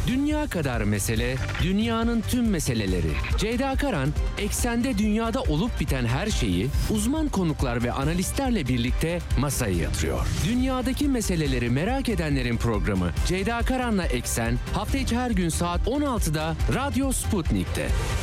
Dünya kadar mesele, dünyanın tüm meseleleri. Ceyda Karan, eksende dünyada olup biten her şeyi uzman konuklar ve analistlerle birlikte masaya yatırıyor. Dünyadaki meseleleri merak edenlerin programı Ceyda Karan'la Eksen, hafta içi her gün saat 16'da Radyo Sputnik'te.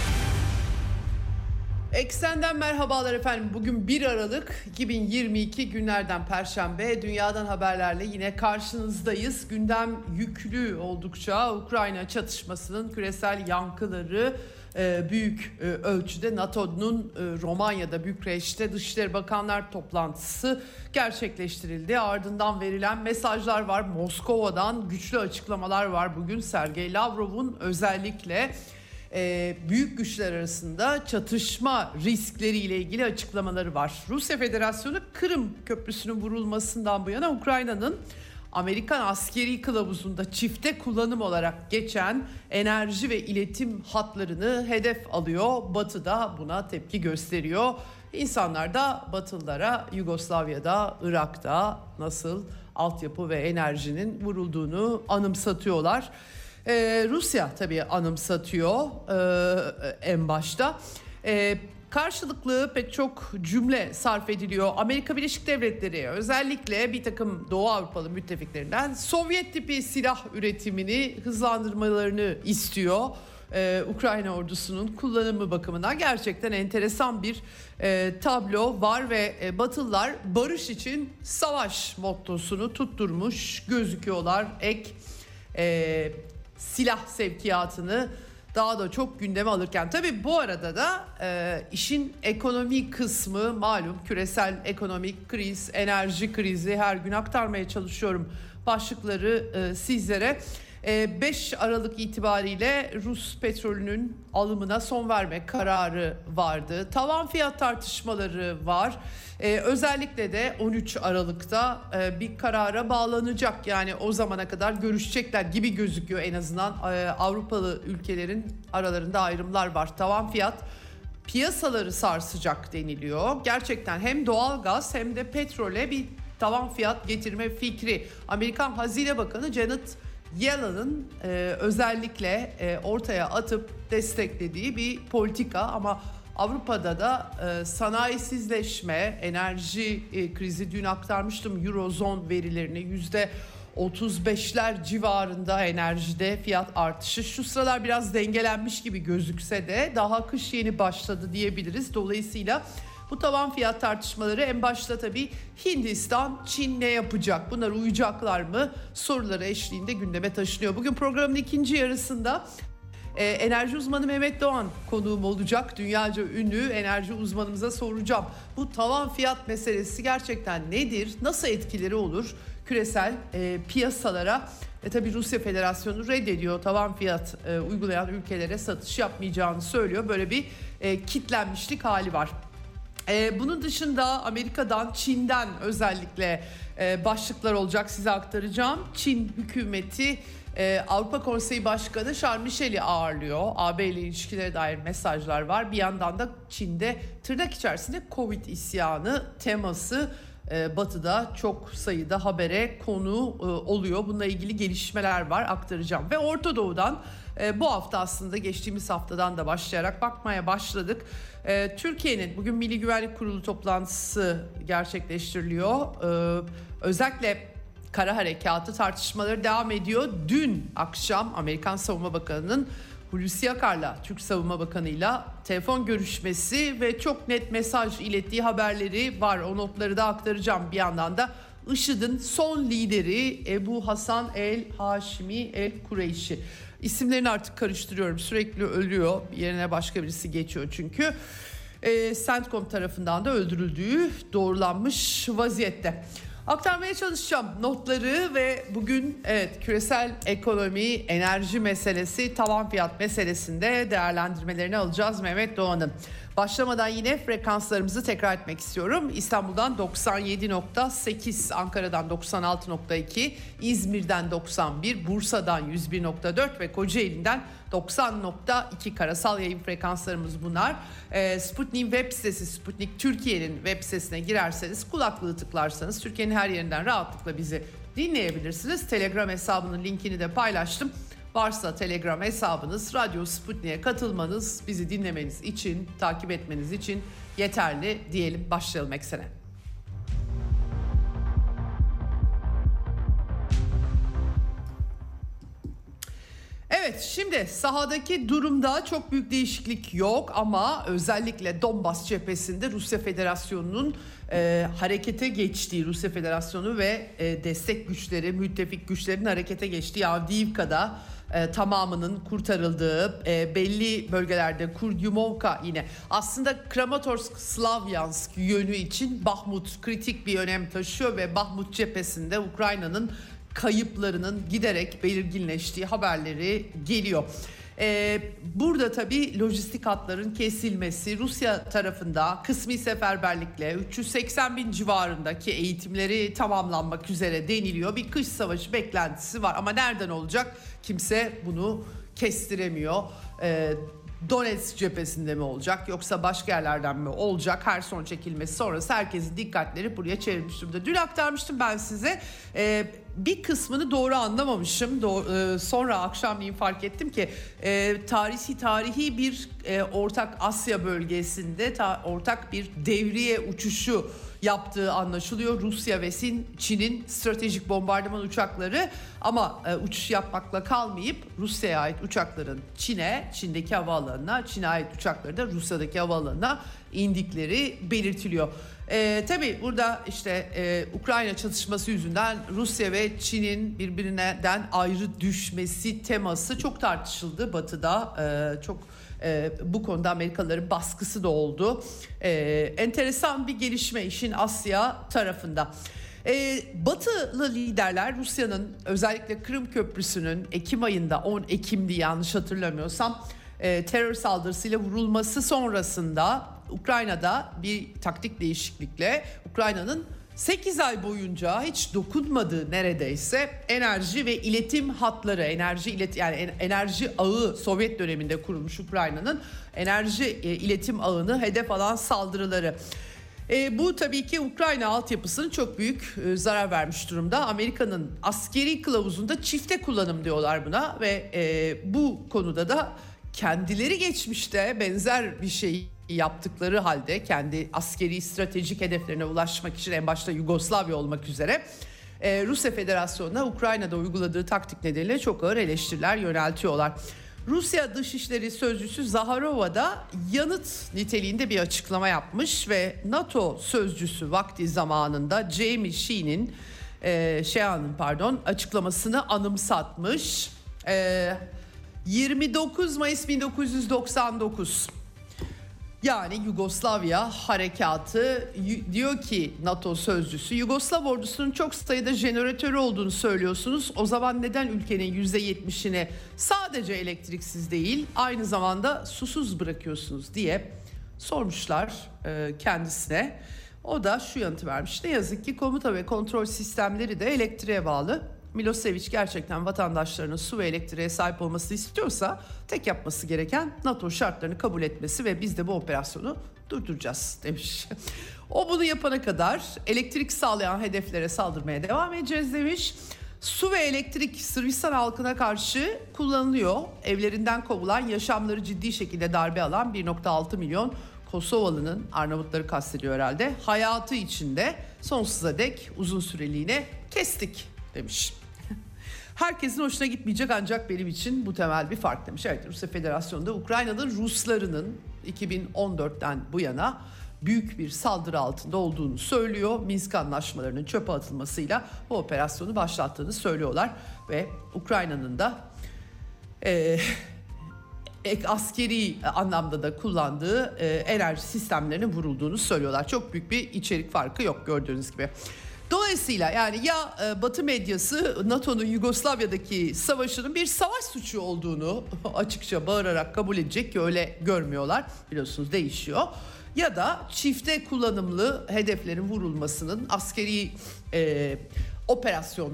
Eksen'den merhabalar efendim. Bugün 1 Aralık 2022 günlerden Perşembe. Dünyadan haberlerle yine karşınızdayız. Gündem yüklü oldukça. Ukrayna çatışmasının küresel yankıları büyük ölçüde. NATO'nun Romanya'da Bükreş'te Dışişleri Bakanlar toplantısı gerçekleştirildi. Ardından verilen mesajlar var. Moskova'dan güçlü açıklamalar var bugün. Sergey Lavrov'un özellikle büyük güçler arasında çatışma riskleriyle ilgili açıklamaları var. Rusya Federasyonu Kırım Köprüsü'nün vurulmasından bu yana Ukrayna'nın Amerikan askeri kılavuzunda çifte kullanım olarak geçen enerji ve iletim hatlarını hedef alıyor. Batı da buna tepki gösteriyor. İnsanlar da Batılılara Yugoslavya'da, Irak'ta nasıl altyapı ve enerjinin vurulduğunu anımsatıyorlar. Rusya tabii anımsatıyor en başta. Karşılıklı pek çok cümle sarf ediliyor. Amerika Birleşik Devletleri özellikle bir takım Doğu Avrupalı müttefiklerinden Sovyet tipi silah üretimini hızlandırmalarını istiyor. Ukrayna ordusunun kullanımı bakımından gerçekten enteresan bir tablo var ve Batılılar barış için savaş mottosunu tutturmuş gözüküyorlar. Silah sevkiyatını daha da çok gündeme alırken tabii bu arada da işin ekonomi kısmı malum küresel ekonomik kriz, enerji krizi her gün aktarmaya çalışıyorum başlıkları sizlere. 5 Aralık itibariyle Rus petrolünün alımına son verme kararı vardı. Tavan fiyat tartışmaları var. Özellikle de 13 Aralık'ta bir karara bağlanacak. Yani o zamana kadar görüşecekler gibi gözüküyor en azından. Avrupalı ülkelerin aralarında ayrımlar var. Tavan fiyat piyasaları sarsacak deniliyor. Gerçekten hem doğalgaz hem de petrole bir tavan fiyat getirme fikri. Amerikan Hazine Bakanı Janet Yellen'ın özellikle ortaya atıp desteklediği bir politika ama Avrupa'da da sanayisizleşme, enerji krizi, dün aktarmıştım Eurozone verilerini, %35'ler civarında enerjide fiyat artışı. Şu sıralar biraz dengelenmiş gibi gözükse de daha kış yeni başladı diyebiliriz. Dolayısıyla bu tavan fiyat tartışmaları en başta tabii Hindistan, Çin ne yapacak? Bunlar uyacaklar mı? Soruları eşliğinde gündeme taşınıyor. Bugün programın ikinci yarısında enerji uzmanı Mehmet Doğan konuğum olacak. Dünyaca ünlü enerji uzmanımıza soracağım. Bu tavan fiyat meselesi gerçekten nedir? Nasıl etkileri olur küresel piyasalara? Tabii Rusya Federasyonu reddediyor. Tavan fiyat uygulayan ülkelere satış yapmayacağını söylüyor. Böyle bir kitlenmişlik hali var. Bunun dışında Amerika'dan, Çin'den özellikle başlıklar olacak, size aktaracağım. Çin hükümeti Avrupa Konseyi Başkanı Charles Michel'i ağırlıyor. AB ile ilişkilere dair mesajlar var. Bir yandan da Çin'de tırnak içerisinde Covid isyanı teması Batı'da çok sayıda habere konu oluyor. Bununla ilgili gelişmeler var, aktaracağım. Ve Orta Doğu'dan bu hafta aslında geçtiğimiz haftadan da başlayarak bakmaya başladık. Türkiye'nin bugün Milli Güvenlik Kurulu toplantısı gerçekleştiriliyor. Özellikle kara harekatı tartışmaları devam ediyor. Dün akşam Amerikan Savunma Bakanı'nın Hulusi Akar'la Türk Savunma Bakanı'yla telefon görüşmesi ve çok net mesaj ilettiği haberleri var. O notları da aktaracağım. Bir yandan da IŞİD'in son lideri Ebu Hasan el-Haşimi el-Kureyşi. İsimlerini artık karıştırıyorum. Sürekli ölüyor. Yerine başka birisi geçiyor çünkü. CENTCOM tarafından da öldürüldüğü doğrulanmış vaziyette. Aktarmaya çalışacağım notları ve bugün küresel ekonomi, enerji meselesi, tavan fiyat meselesinde değerlendirmelerini alacağız Mehmet Doğan'ın. Başlamadan yine frekanslarımızı tekrar etmek istiyorum. İstanbul'dan 97.8, Ankara'dan 96.2, İzmir'den 91, Bursa'dan 101.4 ve Kocaeli'nden 90.2 karasal yayın frekanslarımız bunlar. Sputnik'in web sitesi, Sputnik Türkiye'nin web sitesine girerseniz, kulaklığı tıklarsanız Türkiye'nin her yerinden rahatlıkla bizi dinleyebilirsiniz. Telegram hesabının linkini de paylaştım. Varsa Telegram hesabınız, Radyo Sputnik'e katılmanız, bizi dinlemeniz için, takip etmeniz için yeterli diyelim. Başlayalım Eksen'e. Evet, şimdi sahadaki durumda çok büyük değişiklik yok ama özellikle Donbas cephesinde Rusya Federasyonu'nun harekete geçtiği, Rusya Federasyonu ve destek güçleri, müttefik güçlerin harekete geçtiği Avdiivka'da tamamının kurtarıldığı, belli bölgelerde Kurdyumovka, yine aslında Kramatorsk, Slavyansk yönü için Bahmut kritik bir önem taşıyor ve Bahmut cephesinde Ukrayna'nın kayıplarının giderek belirginleştiği haberleri geliyor. Burada tabii lojistik hatların kesilmesi, Rusya tarafında kısmi seferberlikle 380 bin civarındaki eğitimleri tamamlanmak üzere deniliyor. Bir kış savaşı beklentisi var ama nereden olacak? Kimse bunu kestiremiyor. Donetsk cephesinde mi olacak yoksa başka yerlerden mi olacak? Herson çekilmesi sonrası herkesin dikkatleri buraya çevrilmiş durumda. Dün aktarmıştım ben size. Bir kısmını doğru anlamamışım. Sonra akşamleyin fark ettim ki tarihi bir ortak Asya bölgesinde ortak bir devriye uçuşu yaptığı anlaşılıyor. Rusya ve Çin'in stratejik bombardıman uçakları, ama uçuş yapmakla kalmayıp Rusya'ya ait uçakların Çin'deki havaalanına, Çin'e ait uçakları da Rusya'daki havaalanına indikleri belirtiliyor. Tabii burada işte Ukrayna çatışması yüzünden Rusya ve Çin'in birbirinden ayrı düşmesi teması çok tartışıldı Batı'da. Bu konuda Amerikalıların baskısı da oldu. Enteresan bir gelişme işin Asya tarafında. Batılı liderler Rusya'nın özellikle Kırım Köprüsü'nün Ekim ayında, 10 Ekim'di yanlış hatırlamıyorsam, terör saldırısıyla vurulması sonrasında Ukrayna'da bir taktik değişiklikle Ukrayna'nın 8 ay boyunca hiç dokunmadığı neredeyse enerji ve iletim hatları, enerji ağı, Sovyet döneminde kurulmuş Ukrayna'nın enerji iletim ağını hedef alan saldırıları. Bu tabii ki Ukrayna altyapısının çok büyük zarar vermiş durumda. Amerika'nın askeri kılavuzunda çifte kullanım diyorlar buna ve bu konuda da kendileri geçmişte benzer bir şey yaptıkları halde kendi askeri stratejik hedeflerine ulaşmak için, en başta Yugoslavya olmak üzere, Rusya Federasyonu'na Ukrayna'da uyguladığı taktik nedeniyle çok ağır eleştiriler yöneltiyorlar. Rusya Dışişleri Sözcüsü Zaharova da yanıt niteliğinde bir açıklama yapmış ve NATO Sözcüsü vakti zamanında Jamie Sheehan'in açıklamasını anımsatmış. 29 Mayıs 1999, yani Yugoslavya harekatı, diyor ki NATO sözcüsü, Yugoslav ordusunun çok sayıda jeneratörü olduğunu söylüyorsunuz. O zaman neden ülkenin %70'ini sadece elektriksiz değil, aynı zamanda susuz bırakıyorsunuz diye sormuşlar kendisine. O da şu yanıtı vermiş: ne yazık ki komuta ve kontrol sistemleri de elektriğe bağlı. Milosevic gerçekten vatandaşlarının su ve elektriğe sahip olmasını istiyorsa tek yapması gereken NATO şartlarını kabul etmesi ve biz de bu operasyonu durduracağız demiş. O bunu yapana kadar elektrik sağlayan hedeflere saldırmaya devam edeceğiz demiş. Su ve elektrik Sırbistan halkına karşı kullanılıyor. Evlerinden kovulan, yaşamları ciddi şekilde darbe alan 1.6 milyon Kosovalı'nın, Arnavutları kastediyor herhalde, hayatı içinde sonsuza dek uzun süreliğine kestik demiş. Herkesin hoşuna gitmeyecek ancak benim için bu temel bir fark demiş. Evet, Rusya Federasyonu'nda Ukrayna'nın Ruslarının 2014'ten bu yana büyük bir saldırı altında olduğunu söylüyor. Minsk anlaşmalarının çöpe atılmasıyla bu operasyonu başlattığını söylüyorlar ve Ukrayna'nın da askeri anlamda da kullandığı enerji sistemlerinin vurulduğunu söylüyorlar. Çok büyük bir içerik farkı yok gördüğünüz gibi. Dolayısıyla yani ya Batı medyası NATO'nun Yugoslavya'daki savaşının bir savaş suçu olduğunu açıkça bağırarak kabul edecek ki öyle görmüyorlar, biliyorsunuz değişiyor. Ya da çifte kullanımlı hedeflerin vurulmasının askeri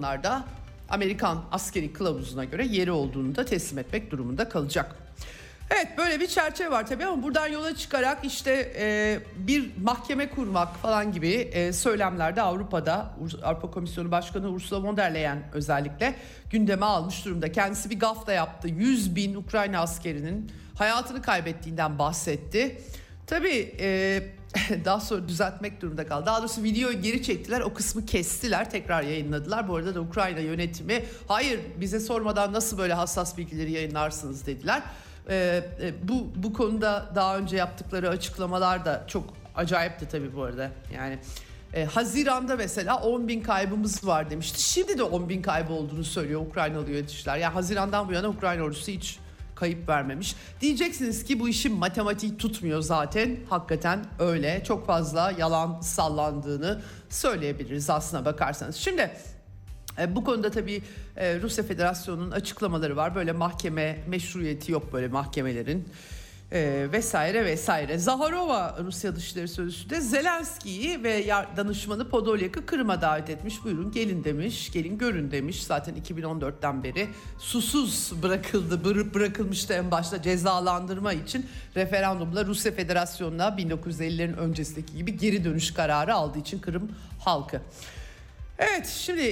operasyonlarda Amerikan askeri kılavuzuna göre yeri olduğunu da teslim etmek durumunda kalacak. Evet, böyle bir çerçeve var tabii ama buradan yola çıkarak işte bir mahkeme kurmak falan gibi söylemlerde Avrupa'da Avrupa Komisyonu Başkanı Ursula von der Leyen özellikle gündeme almış durumda. Kendisi bir gafta yaptı. 100 bin Ukrayna askerinin hayatını kaybettiğinden bahsetti. Tabii daha sonra düzeltmek durumunda kaldı. Daha doğrusu videoyu geri çektiler, o kısmı kestiler, tekrar yayınladılar. Bu arada da Ukrayna yönetimi hayır bize sormadan nasıl böyle hassas bilgileri yayınlarsınız dediler. Bu konuda daha önce yaptıkları açıklamalar da çok acayipti tabii bu arada. Yani Haziran'da mesela 10 bin kaybımız var demişti. Şimdi de 10 bin kaybı olduğunu söylüyor Ukraynalı yöneticiler. Yani Haziran'dan bu yana Ukrayna ordusu hiç kayıp vermemiş. Diyeceksiniz ki bu işin matematiği tutmuyor zaten. Hakikaten öyle. Çok fazla yalan sallandığını söyleyebiliriz aslına bakarsanız. Şimdi bu konuda tabii Rusya Federasyonu'nun açıklamaları var. Böyle mahkeme meşruiyeti yok böyle mahkemelerin vesaire vesaire. Zaharova Rusya Dışişleri Sözcüsü de Zelenski'yi ve danışmanı Podolyak'ı Kırım'a davet etmiş. Buyurun gelin demiş, gelin görün demiş. Zaten 2014'ten beri susuz bırakılmıştı en başta cezalandırma için referandumla Rusya Federasyonu'na 1950'lerin öncesindeki gibi geri dönüş kararı aldığı için Kırım halkı. Evet, şimdi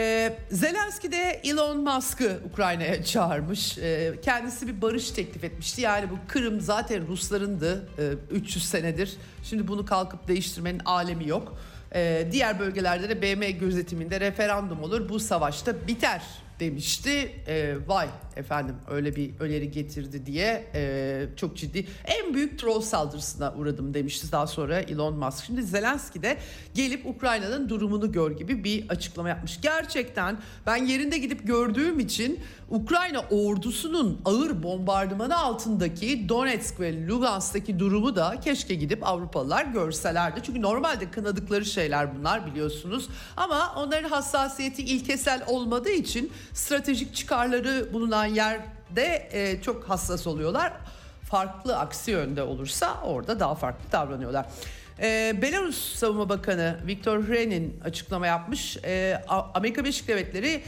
Zelenski de Elon Musk'ı Ukrayna'ya çağırmış. Kendisi bir barış teklif etmişti. Yani bu Kırım zaten Ruslarındı 300 senedir. Şimdi bunu kalkıp değiştirmenin alemi yok. Diğer bölgelerde de BM gözetiminde referandum olur. Bu savaşta biter demişti. Vay efendim öyle bir öneri getirdi diye çok ciddi. En büyük troll saldırısına uğradım demişti daha sonra Elon Musk. Şimdi Zelenski de gelip Ukrayna'nın durumunu gör gibi bir açıklama yapmış. Gerçekten ben yerinde gidip gördüğüm için Ukrayna ordusunun ağır bombardımanı altındaki Donetsk ve Lugansk'taki durumu da keşke gidip Avrupalılar görselerdi. Çünkü normalde kınadıkları şeyler bunlar biliyorsunuz. Ama onların hassasiyeti ilkesel olmadığı için stratejik çıkarları bulunan yerde çok hassas oluyorlar. Farklı aksi yönde olursa orada daha farklı davranıyorlar. Belarus Savunma Bakanı Viktor Hrenin açıklama yapmış. Amerika Birleşik Devletleri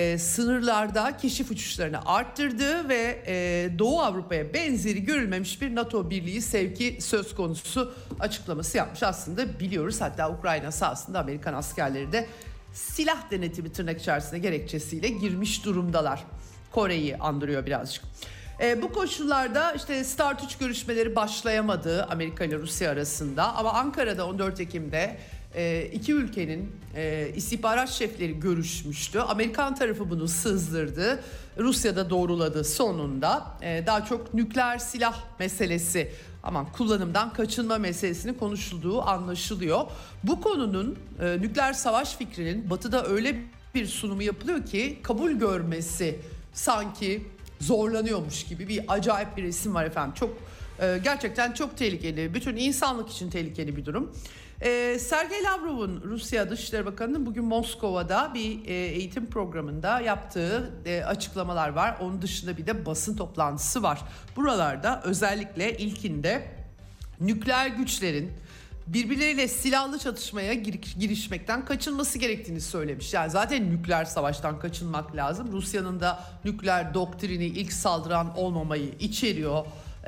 sınırlarda keşif uçuşlarını arttırdı ve Doğu Avrupa'ya benzeri görülmemiş bir NATO birliği sevki söz konusu açıklaması yapmış. Aslında biliyoruz, hatta Ukrayna sahasında Amerikan askerleri de silah denetimi tırnak içerisinde gerekçesiyle girmiş durumdalar. Kore'yi andırıyor birazcık. Bu koşullarda işte Start 3 görüşmeleri başlayamadı Amerika ile Rusya arasında, ama Ankara'da 14 Ekim'de iki ülkenin istihbarat şefleri görüşmüştü. Amerikan tarafı bunu sızdırdı. Rusya da doğruladı sonunda. Daha çok nükleer silah meselesi, kullanımdan kaçınma meselesini konuşulduğu anlaşılıyor. Bu konunun nükleer savaş fikrinin Batı'da öyle bir sunumu yapılıyor ki kabul görmesi sanki zorlanıyormuş gibi bir acayip bir resim var efendim. Çok gerçekten çok tehlikeli. Bütün insanlık için tehlikeli bir durum. Sergey Lavrov'un, Rusya Dışişleri Bakanı'nın bugün Moskova'da bir eğitim programında yaptığı açıklamalar var. Onun dışında bir de basın toplantısı var. Buralarda özellikle ilkinde nükleer güçlerin birbirleriyle silahlı çatışmaya girişmekten kaçınması gerektiğini söylemiş. Yani zaten nükleer savaştan kaçınmak lazım. Rusya'nın da nükleer doktrini ilk saldıran olmamayı içeriyor.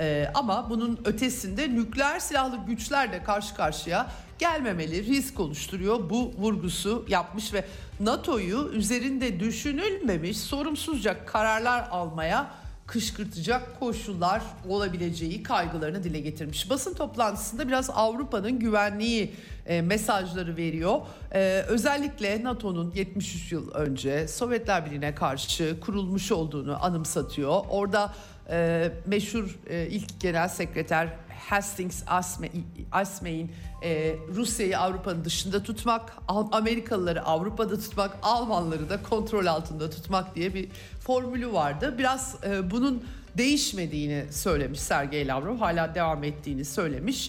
Ama bunun ötesinde nükleer silahlı güçlerle karşı karşıya gelmemeli, risk oluşturuyor. Bu vurgusu yapmış ve NATO'yu üzerinde düşünülmemiş sorumsuzca kararlar almaya kışkırtacak koşullar olabileceği kaygılarını dile getirmiş. Basın toplantısında biraz Avrupa'nın güvenliği mesajları veriyor. Özellikle NATO'nun 73 yıl önce Sovyetler Birliği'ne karşı kurulmuş olduğunu anımsatıyor. Orada meşhur ilk genel sekreter Hastings Asmay'in Rusya'yı Avrupa'nın dışında tutmak, Amerikalıları Avrupa'da tutmak, Almanları da kontrol altında tutmak diye bir formülü vardı. Biraz bunun değişmediğini söylemiş Sergey Lavrov, hala devam ettiğini söylemiş.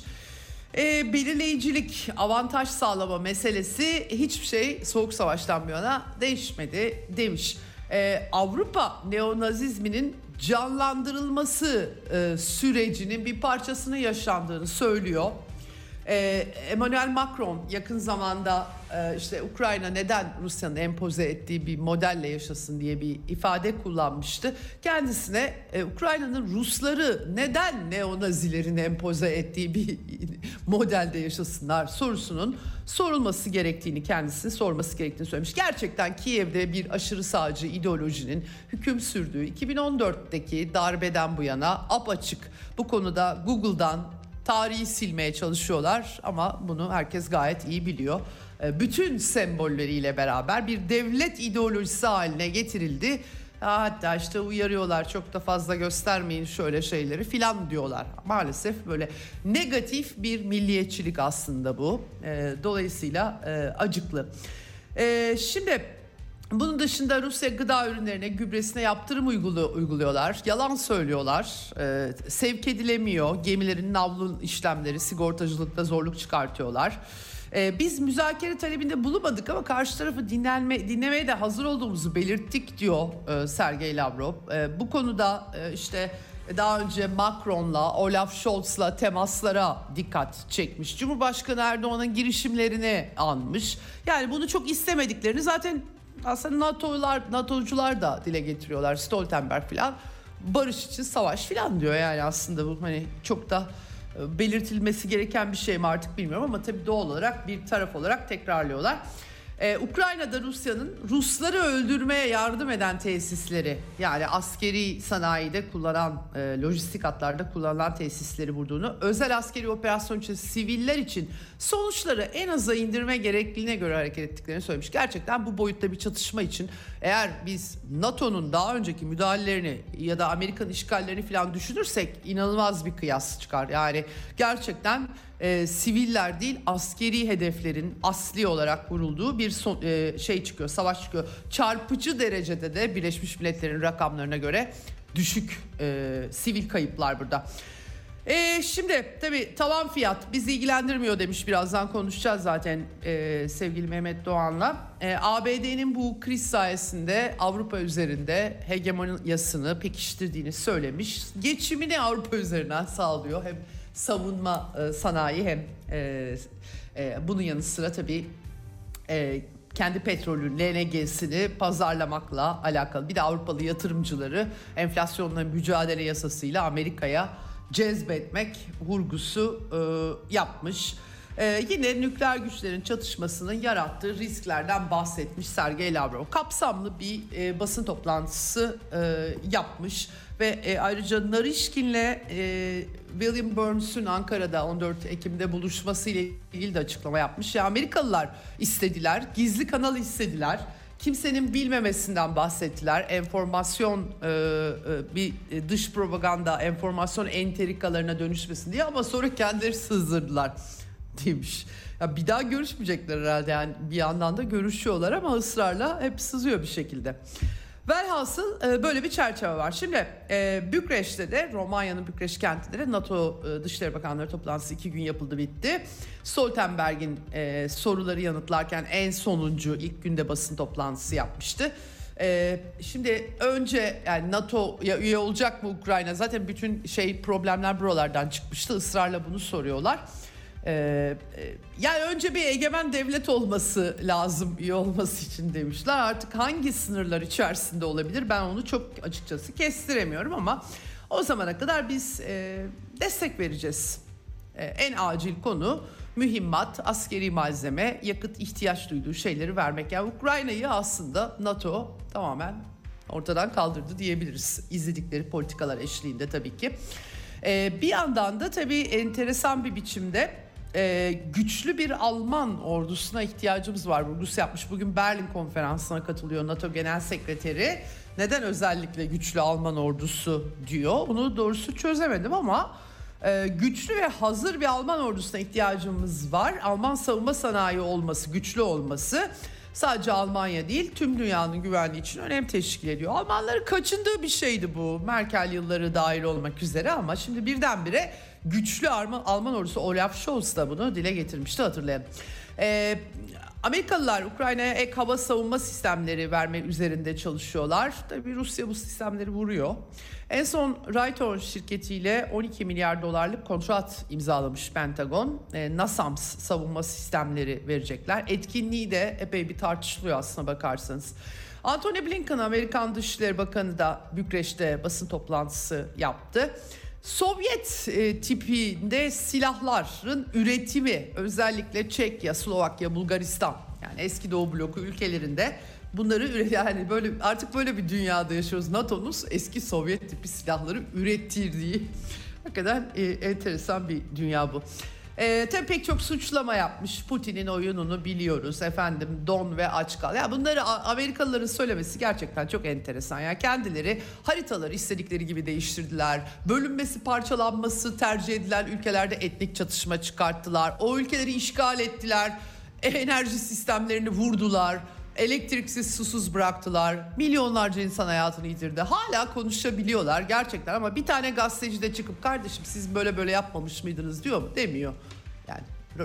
Belirleyicilik, avantaj sağlama meselesi hiçbir şey Soğuk Savaş'tan bu yana değişmedi demiş. Avrupa neonazizminin canlandırılması sürecinin bir parçasını yaşandığını söylüyor. Emmanuel Macron yakın zamanda işte Ukrayna neden Rusya'nın empoze ettiği bir modelle yaşasın diye bir ifade kullanmıştı. Kendisine Ukrayna'nın Rusları neden neonazilerin empoze ettiği bir modelde yaşasınlar sorusunun sorulması gerektiğini, kendisi sorması gerektiğini söylemiş. Gerçekten Kiev'de bir aşırı sağcı ideolojinin hüküm sürdüğü 2014'teki darbeden bu yana apaçık. Bu konuda Google'dan tarihi silmeye çalışıyorlar ama bunu herkes gayet iyi biliyor. Bütün sembolleriyle beraber bir devlet ideolojisi haline getirildi. Hatta işte uyarıyorlar, çok da fazla göstermeyin şöyle şeyleri filan diyorlar. Maalesef böyle negatif bir milliyetçilik aslında bu. Dolayısıyla acıklı. Şimdi bunun dışında Rusya gıda ürünlerine, gübresine yaptırım uyguluyorlar. Yalan söylüyorlar. Sevk edilemiyor. Gemilerin navlun işlemleri, sigortacılıkta zorluk çıkartıyorlar. Biz müzakere talebinde bulunmadık ama karşı tarafı dinlemeye de hazır olduğumuzu belirttik diyor Sergey Lavrov. Bu konuda işte daha önce Macron'la, Olaf Scholz'la temaslara dikkat çekmiş. Cumhurbaşkanı Erdoğan'ın girişimlerini anmış. Yani bunu çok istemediklerini zaten aslında NATO'cular da dile getiriyorlar. Stoltenberg falan barış için savaş falan diyor. Yani aslında bu hani çok da belirtilmesi gereken bir şey mi artık bilmiyorum ama tabii doğal olarak bir taraf olarak tekrarlıyorlar. Ukrayna'da Rusya'nın Rusları öldürmeye yardım eden tesisleri, yani askeri sanayide kullanan, lojistik hatlarda kullanılan tesisleri vurduğunu, özel askeri operasyon için siviller için sonuçları en aza indirme gerekliliğine göre hareket ettiklerini söylemiş. Gerçekten bu boyutta bir çatışma için eğer biz NATO'nun daha önceki müdahalelerini ya da Amerikan işgallerini falan düşünürsek inanılmaz bir kıyas çıkar. Yani gerçekten siviller değil askeri hedeflerin asli olarak vurulduğu bir şey çıkıyor, savaş çıkıyor. Çarpıcı derecede de Birleşmiş Milletler'in rakamlarına göre düşük sivil kayıplar burada. Şimdi tabii tavan fiyat bizi ilgilendirmiyor demiş, birazdan konuşacağız zaten sevgili Mehmet Doğan'la. ABD'nin bu kriz sayesinde Avrupa üzerinde hegemonyasını pekiştirdiğini söylemiş. Geçimini Avrupa üzerinden sağlıyor, hem savunma sanayi hem bunun yanı sıra tabii kendi petrolün LNG'sini pazarlamakla alakalı. Bir de Avrupalı yatırımcıları enflasyonla mücadele yasasıyla Amerika'ya cezbetmek vurgusu yapmış. Yine nükleer güçlerin çatışmasının yarattığı risklerden bahsetmiş Sergey Lavrov. Kapsamlı bir basın toplantısı yapmış ve ayrıca Narishkin'le William Burns'un Ankara'da 14 Ekim'de buluşması ile ilgili de açıklama yapmış. Ya Amerikalılar istediler, gizli kanal istediler. Kimsenin bilmemesinden bahsettiler. Enformasyon bir dış propaganda, enformasyon entrikalarına dönüşmesin diye, ama sonra kendileri sızdırdılar demiş. Ya bir daha görüşmeyecekler herhalde, yani bir yandan da görüşüyorlar ama ısrarla hep sızıyor bir şekilde. Velhasıl böyle bir çerçeve var. Şimdi Bükreş'te de, Romanya'nın Bükreş kentinde de NATO Dışişleri Bakanları toplantısı 2 gün yapıldı bitti. Stoltenberg'in soruları yanıtlarken en sonuncu ilk günde basın toplantısı yapmıştı. Şimdi önce yani NATO'ya üye olacak mı Ukrayna? Zaten bütün problemler buralardan çıkmıştı. Israrla bunu soruyorlar. Yani önce bir egemen devlet olması lazım üye olması için demişler. Artık hangi sınırlar içerisinde olabilir, ben onu çok açıkçası kestiremiyorum ama o zamana kadar biz destek vereceğiz. En acil konu mühimmat, askeri malzeme, yakıt, ihtiyaç duyduğu şeyleri vermek. Yani Ukrayna'yı aslında NATO tamamen ortadan kaldırdı diyebiliriz, izledikleri politikalar eşliğinde tabii ki. Bir yandan da tabii enteresan bir biçimde güçlü bir Alman ordusuna ihtiyacımız var. Vurgusu yapmış. Bugün Berlin konferansına katılıyor NATO Genel Sekreteri. Neden özellikle güçlü Alman ordusu diyor? Bunu doğrusu çözemedim ama güçlü ve hazır bir Alman ordusuna ihtiyacımız var. Alman savunma sanayi olması, güçlü olması sadece Almanya değil, tüm dünyanın güvenliği için önem teşkil ediyor. Almanların kaçındığı bir şeydi bu, Merkel yılları dahil olmak üzere, ama şimdi birdenbire güçlü Alman ordusu, Olaf Scholz da bunu dile getirmişti, hatırlayalım. Amerikalılar Ukrayna'ya ek hava savunma sistemleri verme üzerinde çalışıyorlar. Tabii Rusya bu sistemleri vuruyor. En son Raytheon şirketiyle 12 milyar dolarlık kontrat imzalamış Pentagon. NASAMS savunma sistemleri verecekler. Etkinliği de epey bir tartışılıyor aslına bakarsanız. Antony Blinken, Amerikan Dışişleri Bakanı da Bükreş'te basın toplantısı yaptı. Sovyet tipinde silahların üretimi, özellikle Çekya, Slovakya, Bulgaristan, yani eski Doğu bloku ülkelerinde bunları yani böyle artık böyle bir dünyada yaşıyoruz. NATO'nun eski Sovyet tipi silahları ürettirdiği hakikaten enteresan bir dünya bu. Tabii pek çok suçlama yapmış. Putin'in oyununu biliyoruz. Efendim don ve aç kal. Ya bunları Amerikalıların söylemesi gerçekten çok enteresan. Yani kendileri haritaları istedikleri gibi değiştirdiler. Bölünmesi, parçalanması tercih edilen ülkelerde etnik çatışma çıkarttılar. O ülkeleri işgal ettiler. Enerji sistemlerini vurdular. Elektriksiz, susuz bıraktılar. Milyonlarca insan hayatını yitirdi. Hala konuşabiliyorlar gerçekten ama bir tane gazeteci de çıkıp kardeşim siz böyle yapmamış mıydınız diyor mu? Demiyor. Yani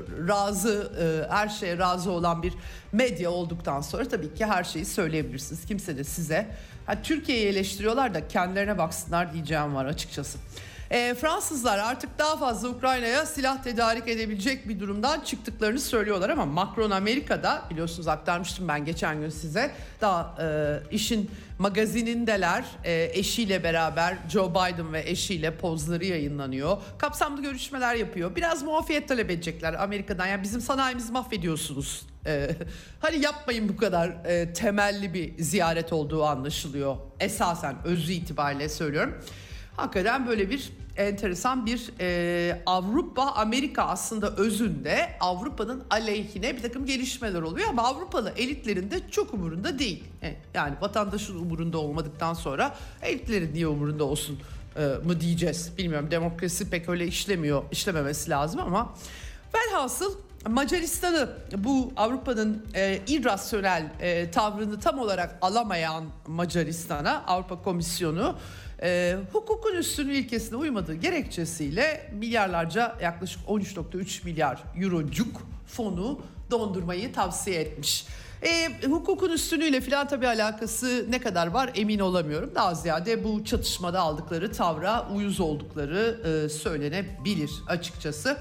her şeye razı olan bir medya olduktan sonra tabii ki her şeyi söyleyebilirsiniz. Kimse de size Türkiye'yi eleştiriyorlar da kendilerine baksınlar diyeceğim var açıkçası. Fransızlar artık daha fazla Ukrayna'ya silah tedarik edebilecek bir durumdan çıktıklarını söylüyorlar ama Macron Amerika'da, biliyorsunuz aktarmıştım ben geçen gün size, daha işin magazinindeler. Eşiyle beraber, Joe Biden ve eşiyle pozları yayınlanıyor. Kapsamlı görüşmeler yapıyor. Biraz muafiyet talep edecekler Amerika'dan. Yani bizim sanayimizi mahvediyorsunuz. Hani yapmayın bu kadar temelli bir ziyaret olduğu anlaşılıyor. Esasen özü itibariyle söylüyorum. Hakikaten böyle bir enteresan bir Avrupa-Amerika aslında özünde Avrupa'nın aleyhine bir takım gelişmeler oluyor ama Avrupalı elitlerin de çok umurunda değil. Yani vatandaşın umurunda olmadıktan sonra elitlerin niye umurunda olsun mı diyeceğiz. Bilmiyorum, demokrasi pek öyle işlememesi lazım ama velhasıl Macaristan'ı, bu Avrupa'nın irrasyonel tavrını tam olarak alamayan Macaristan'a Avrupa Komisyonu hukukun üstünlüğü ilkesine uymadığı gerekçesiyle milyarlarca, yaklaşık 13.3 milyar eurocuk fonu dondurmayı tavsiye etmiş. Hukukun üstünlüğüyle falan tabii alakası ne kadar var emin olamıyorum. Daha ziyade bu çatışmada aldıkları tavra uyuz oldukları söylenebilir açıkçası.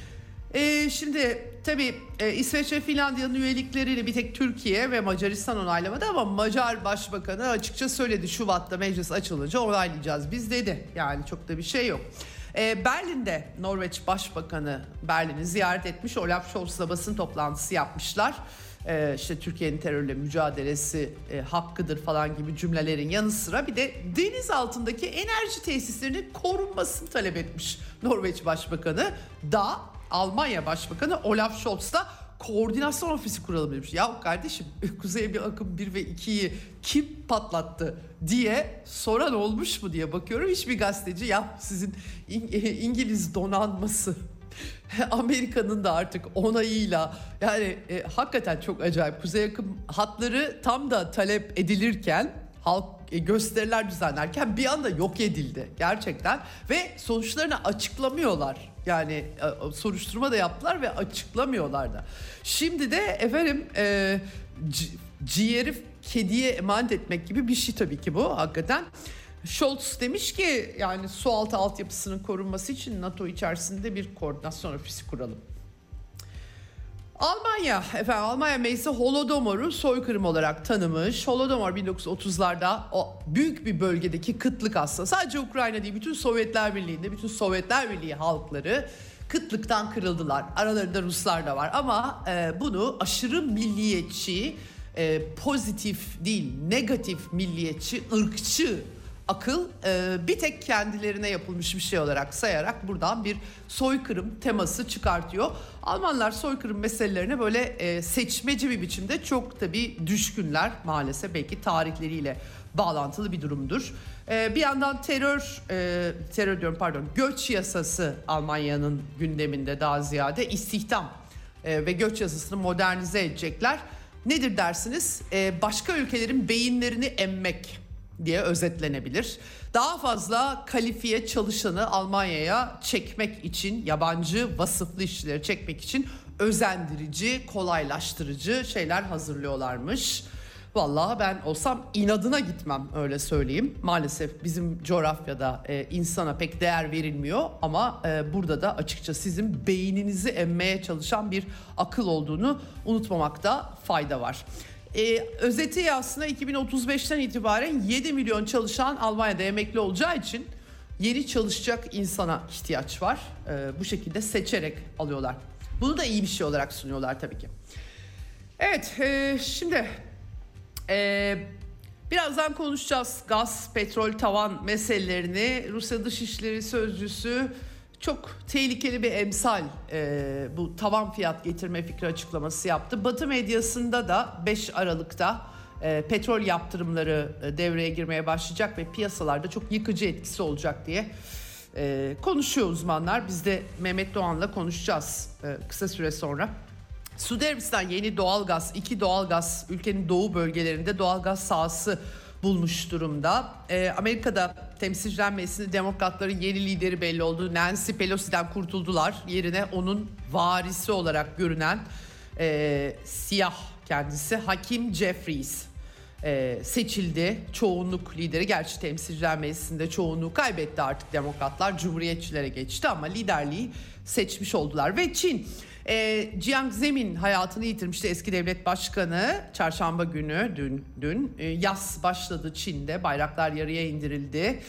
Şimdi tabii İsveç ve Finlandiya'nın üyelikleriyle bir tek Türkiye ve Macaristan onaylamadı ama Macar Başbakanı açıkça söyledi, Şubat'ta meclis açılınca onaylayacağız biz dedi. Yani çok da bir şey yok. Berlin'de Norveç Başbakanı Berlin'i ziyaret etmiş. Olaf Scholz'la basın toplantısı yapmışlar. İşte Türkiye'nin terörle mücadelesi hakkıdır falan gibi cümlelerin yanı sıra bir de deniz altındaki enerji tesislerinin korunmasını talep etmiş Norveç Başbakanı. Almanya Başbakanı Olaf Scholz da koordinasyon ofisi kuralım demiş. Ya kardeşim, Kuzey bir akım 1 ve 2'yi kim patlattı diye soran olmuş mu diye bakıyorum. Hiçbir gazeteci ya sizin İngiliz donanması Amerika'nın da artık onayıyla, yani hakikaten çok acayip. Kuzey akım hatları tam da talep edilirken, halk gösteriler düzenlerken bir anda yok edildi gerçekten ve sonuçlarını açıklamıyorlar. Yani soruşturma da yaptılar ve açıklamıyorlar da. Şimdi de efendim ciğeri kediye emanet etmek gibi bir şey tabii ki bu hakikaten. Scholz demiş ki yani sualtı altyapısının korunması için NATO içerisinde bir koordinasyon ofisi kuralım. Almanya meclisi Holodomor'u soykırım olarak tanımış. Holodomor 1930'larda o büyük bir bölgedeki kıtlık aslında. Sadece Ukrayna değil, bütün Sovyetler Birliği'nde, bütün Sovyetler Birliği halkları kıtlıktan kırıldılar. Aralarında Ruslar da var ama bunu aşırı milliyetçi, pozitif değil negatif milliyetçi, ırkçı akıl bir tek kendilerine yapılmış bir şey olarak sayarak buradan bir soykırım teması çıkartıyor. Almanlar soykırım meselelerine böyle seçmeci bir biçimde çok tabii düşkünler maalesef, belki tarihleriyle bağlantılı bir durumdur. Bir yandan göç yasası Almanya'nın gündeminde, daha ziyade istihdam ve göç yasasını modernize edecekler. Nedir dersiniz? Başka ülkelerin beyinlerini emmek diye özetlenebilir. Daha fazla kalifiye çalışanı Almanya'ya çekmek için, yabancı vasıflı işçileri çekmek için özendirici, kolaylaştırıcı şeyler hazırlıyorlarmış. Vallahi ben olsam inadına gitmem, öyle söyleyeyim. Maalesef bizim coğrafyada insana pek değer verilmiyor ama burada da açıkça sizin beyninizi emmeye çalışan bir akıl olduğunu unutmamakta fayda var. Özeti aslında 2035'ten itibaren 7 milyon çalışan Almanya'da emekli olacağı için yeni çalışacak insana ihtiyaç var. Bu şekilde seçerek alıyorlar. Bunu da iyi bir şey olarak sunuyorlar tabii ki. Evet, şimdi birazdan konuşacağız gaz, petrol tavan meselelerini. Rusya Dışişleri Sözcüsü çok tehlikeli bir emsal bu tavan fiyat getirme fikri açıklaması yaptı. Batı medyasında da 5 Aralık'ta petrol yaptırımları devreye girmeye başlayacak ve piyasalarda çok yıkıcı etkisi olacak diye konuşuyor uzmanlar. Biz de Mehmet Doğan'la konuşacağız kısa süre sonra. Suudi Arabistan yeni doğalgaz, 2 doğalgaz ülkenin doğu bölgelerinde doğalgaz sahası bulmuş durumda. Amerika'da Temsilciler Meclisi'nde Demokratların yeni lideri belli oldu. Nancy Pelosi'den kurtuldular. Yerine onun varisi olarak görünen siyah kendisi Hakeem Jeffries seçildi. Çoğunluk lideri, gerçi Temsilciler Meclisi'nde çoğunluğu kaybetti artık Demokratlar. Cumhuriyetçilere geçti ama liderliği seçmiş oldular. Ve Çin, Jiang Zemin hayatını yitirmişti, eski devlet başkanı. Çarşamba günü dün yas başladı Çin'de, bayraklar yarıya indirildi.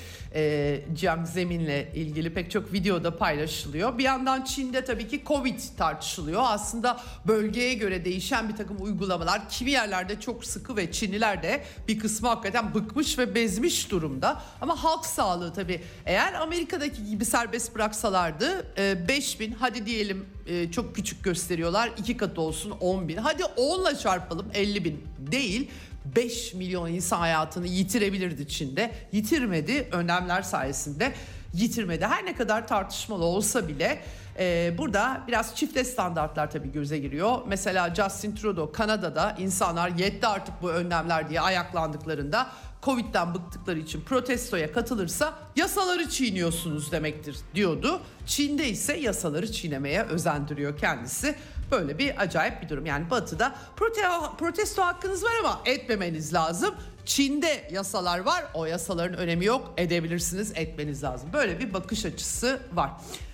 Jiang Zemin'le ilgili pek çok videoda paylaşılıyor. Bir yandan Çin'de tabii ki Covid tartışılıyor. Aslında bölgeye göre değişen bir takım uygulamalar, kimi yerlerde çok sıkı ve Çinliler de bir kısmı hakikaten bıkmış ve bezmiş durumda. Ama halk sağlığı tabii, eğer Amerika'daki gibi serbest bıraksalardı 5.000, hadi diyelim çok küçük gösteriyorlar, 2 katı olsun 10.000, hadi 10'la çarpalım 50.000 değil, 5 milyon insan hayatını yitirebilirdi Çin'de. Yitirmedi, önlemler sayesinde yitirmedi. Her ne kadar tartışmalı olsa bile burada biraz çifte standartlar tabii göze giriyor. Mesela Justin Trudeau Kanada'da insanlar yetti artık bu önlemler diye ayaklandıklarında, Covid'den bıktıkları için protestoya katılırsa yasaları çiğniyorsunuz demektir diyordu. Çin'de ise yasaları çiğnemeye özendiriyor kendisi. Böyle bir acayip bir durum. Yani Batı'da protesto hakkınız var ama etmemeniz lazım. Çin'de yasalar var, o yasaların önemi yok, edebilirsiniz, etmeniz lazım. Böyle bir bakış açısı var.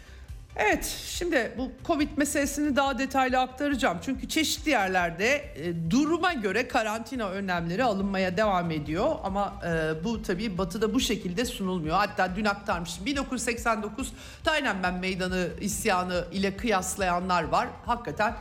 Evet, şimdi bu Covid meselesini daha detaylı aktaracağım. Çünkü çeşitli yerlerde duruma göre karantina önlemleri alınmaya devam ediyor. Ama bu tabii Batı'da bu şekilde sunulmuyor. Hatta dün aktarmıştım. 1989 Tiananmen Meydanı isyanı ile kıyaslayanlar var. Hakikaten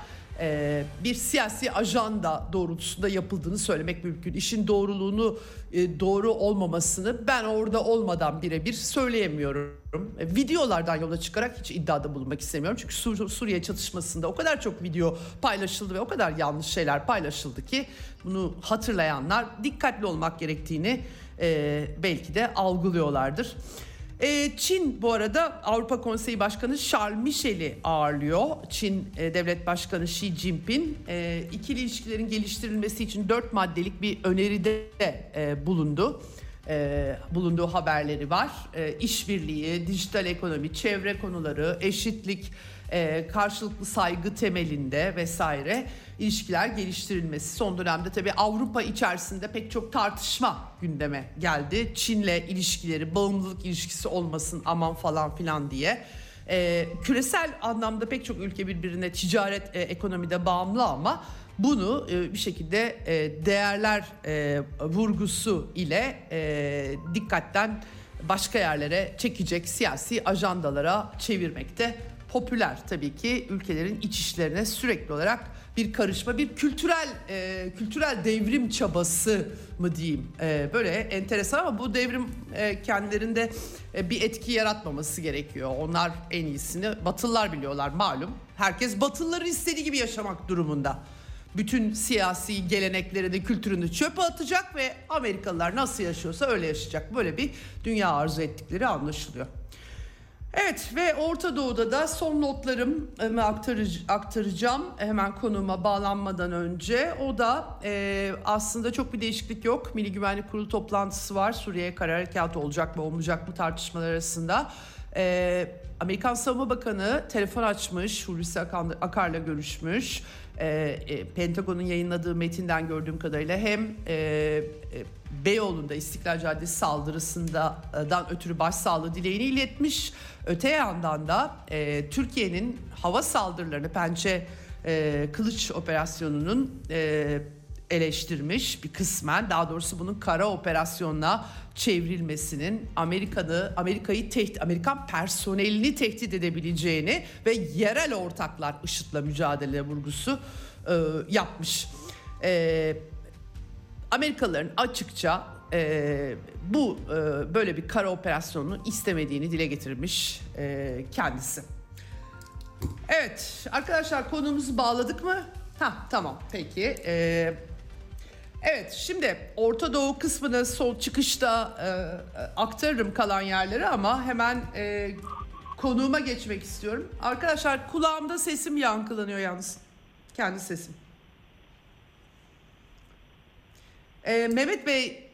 bir siyasi ajanda doğrultusunda yapıldığını söylemek mümkün. İşin doğruluğunu, doğru olmamasını ben orada olmadan birebir söyleyemiyorum. Videolardan yola çıkarak hiç iddiada bulunmak istemiyorum. Çünkü Suriye çatışmasında o kadar çok video paylaşıldı ve o kadar yanlış şeyler paylaşıldı ki bunu hatırlayanlar dikkatli olmak gerektiğini belki de algılıyorlardır. Çin bu arada Avrupa Konseyi Başkanı Charles Michel'i ağırlıyor. Çin Devlet Başkanı Xi Jinping ikili ilişkilerin geliştirilmesi için 4 maddelik bir öneride bulunduğu haberleri var. İşbirliği, dijital ekonomi, çevre konuları, eşitlik, karşılıklı saygı temelinde vesaire ilişkiler geliştirilmesi. Son dönemde tabii Avrupa içerisinde pek çok tartışma gündeme geldi. Çin'le ilişkileri, bağımlılık ilişkisi olmasın aman falan filan diye. Küresel anlamda pek çok ülke birbirine ticaret, ekonomide bağımlı ama bunu bir şekilde değerler vurgusu ile dikkatten başka yerlere çekecek siyasi ajandalara çevirmekte popüler. Tabii ki ülkelerin iç işlerine sürekli olarak bir karışma, bir kültürel devrim çabası mı diyeyim, böyle enteresan ama bu devrim kendilerinde bir etki yaratmaması gerekiyor. Onlar en iyisini Batılılar biliyorlar malum. Herkes Batılıların istediği gibi yaşamak durumunda. Bütün siyasi geleneklerini, kültürünü çöpe atacak ve Amerikalılar nasıl yaşıyorsa öyle yaşayacak. Böyle bir dünya arzu ettikleri anlaşılıyor. Evet ve Orta Doğu'da da son notlarımı aktaracağım hemen konuma bağlanmadan önce. O da aslında çok bir değişiklik yok. Milli Güvenlik Kurulu toplantısı var. Suriye'ye kara harekatı olacak mı olmayacak mı tartışmalar arasında. Amerikan Savunma Bakanı telefon açmış, Hulusi Akar'la görüşmüş. Pentagon'un yayınladığı metinden gördüğüm kadarıyla hem Beyoğlu'nda İstiklal Caddesi saldırısından ötürü başsağlığı dileğini iletmiş. Öte yandan da Türkiye'nin hava saldırılarını Pençe Kılıç operasyonunun eleştirmiş bir kısmen, daha doğrusu bunun kara operasyonuna çevrilmesinin Amerika'yı Amerikan personelini tehdit edebileceğini ve yerel ortaklar IŞİD'le mücadele vurgusu yapmış. Amerikalıların açıkça bu böyle bir kara operasyonunu istemediğini dile getirmiş kendisi. Evet arkadaşlar, konumuzu bağladık mı? Tamam peki. Evet, şimdi Orta Doğu kısmını son çıkışta aktarırım kalan yerleri, ama hemen konuğuma geçmek istiyorum. Arkadaşlar, kulağımda sesim yankılanıyor yalnız. Kendi sesim. Mehmet Bey.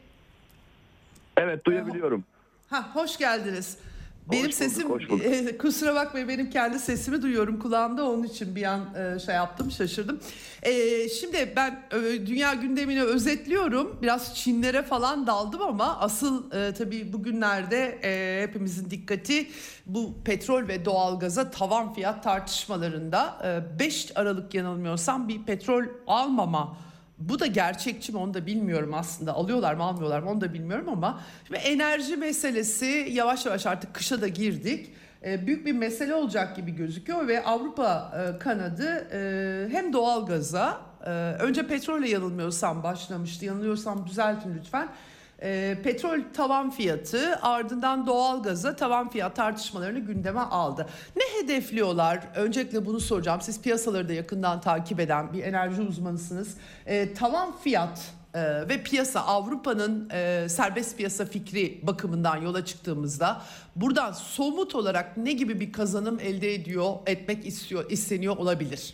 Evet, duyabiliyorum. Hoş geldiniz. Benim bulduk, sesim, kusura bakmayın, benim kendi sesimi duyuyorum kulağımda, onun için bir an şaşırdım. Şimdi ben dünya gündemini özetliyorum. Biraz Çinlere falan daldım ama asıl tabii bugünlerde hepimizin dikkati bu petrol ve doğalgaza tavan fiyat tartışmalarında. 5 Aralık yanılmıyorsam bir petrol almama. Bu da gerçekçi mi onu da bilmiyorum aslında. Alıyorlar mı almıyorlar mı onu da bilmiyorum, ama şimdi enerji meselesi yavaş yavaş, artık kışa da girdik. Büyük bir mesele olacak gibi gözüküyor ve Avrupa kanadı hem doğalgaza, önce petrolle yanılmıyorsam başlamıştı. Yanılıyorsam düzeltin lütfen. Petrol tavan fiyatı, ardından doğalgaza tavan fiyat tartışmalarını gündeme aldı. Ne hedefliyorlar? Öncelikle bunu soracağım. Siz piyasaları da yakından takip eden bir enerji uzmanısınız. Tavan fiyat ve piyasa, Avrupa'nın serbest piyasa fikri bakımından yola çıktığımızda buradan somut olarak ne gibi bir kazanım elde isteniyor olabilir?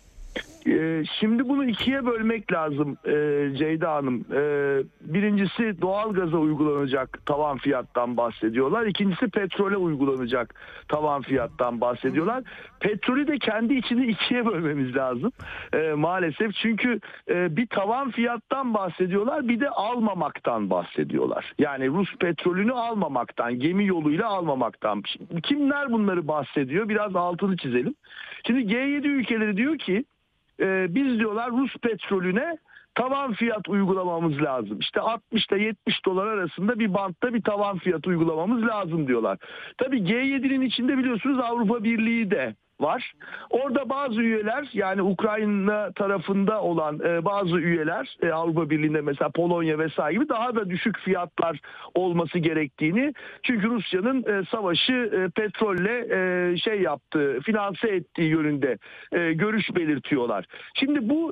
Şimdi bunu ikiye bölmek lazım Ceyda Hanım. Birincisi doğalgaza uygulanacak tavan fiyattan bahsediyorlar. İkincisi petrole uygulanacak tavan fiyattan bahsediyorlar. Petrolü de kendi içinde ikiye bölmemiz lazım maalesef. Çünkü bir tavan fiyattan bahsediyorlar, bir de almamaktan bahsediyorlar. Yani Rus petrolünü almamaktan, gemi yoluyla almamaktan. Kimler bunları bahsediyor? Biraz altını çizelim. Şimdi G7 ülkeleri diyor ki, biz diyorlar Rus petrolüne tavan fiyat uygulamamız lazım. İşte 60 ile 70 dolar arasında bir bantta bir tavan fiyat uygulamamız lazım diyorlar. Tabii G7'nin içinde biliyorsunuz Avrupa Birliği de var. Orada bazı üyeler, yani Ukrayna tarafında olan bazı üyeler, Avrupa Birliği'nde mesela Polonya vesaire gibi, daha da düşük fiyatlar olması gerektiğini, çünkü Rusya'nın savaşı petrolle finanse ettiği yönünde görüş belirtiyorlar. Şimdi bu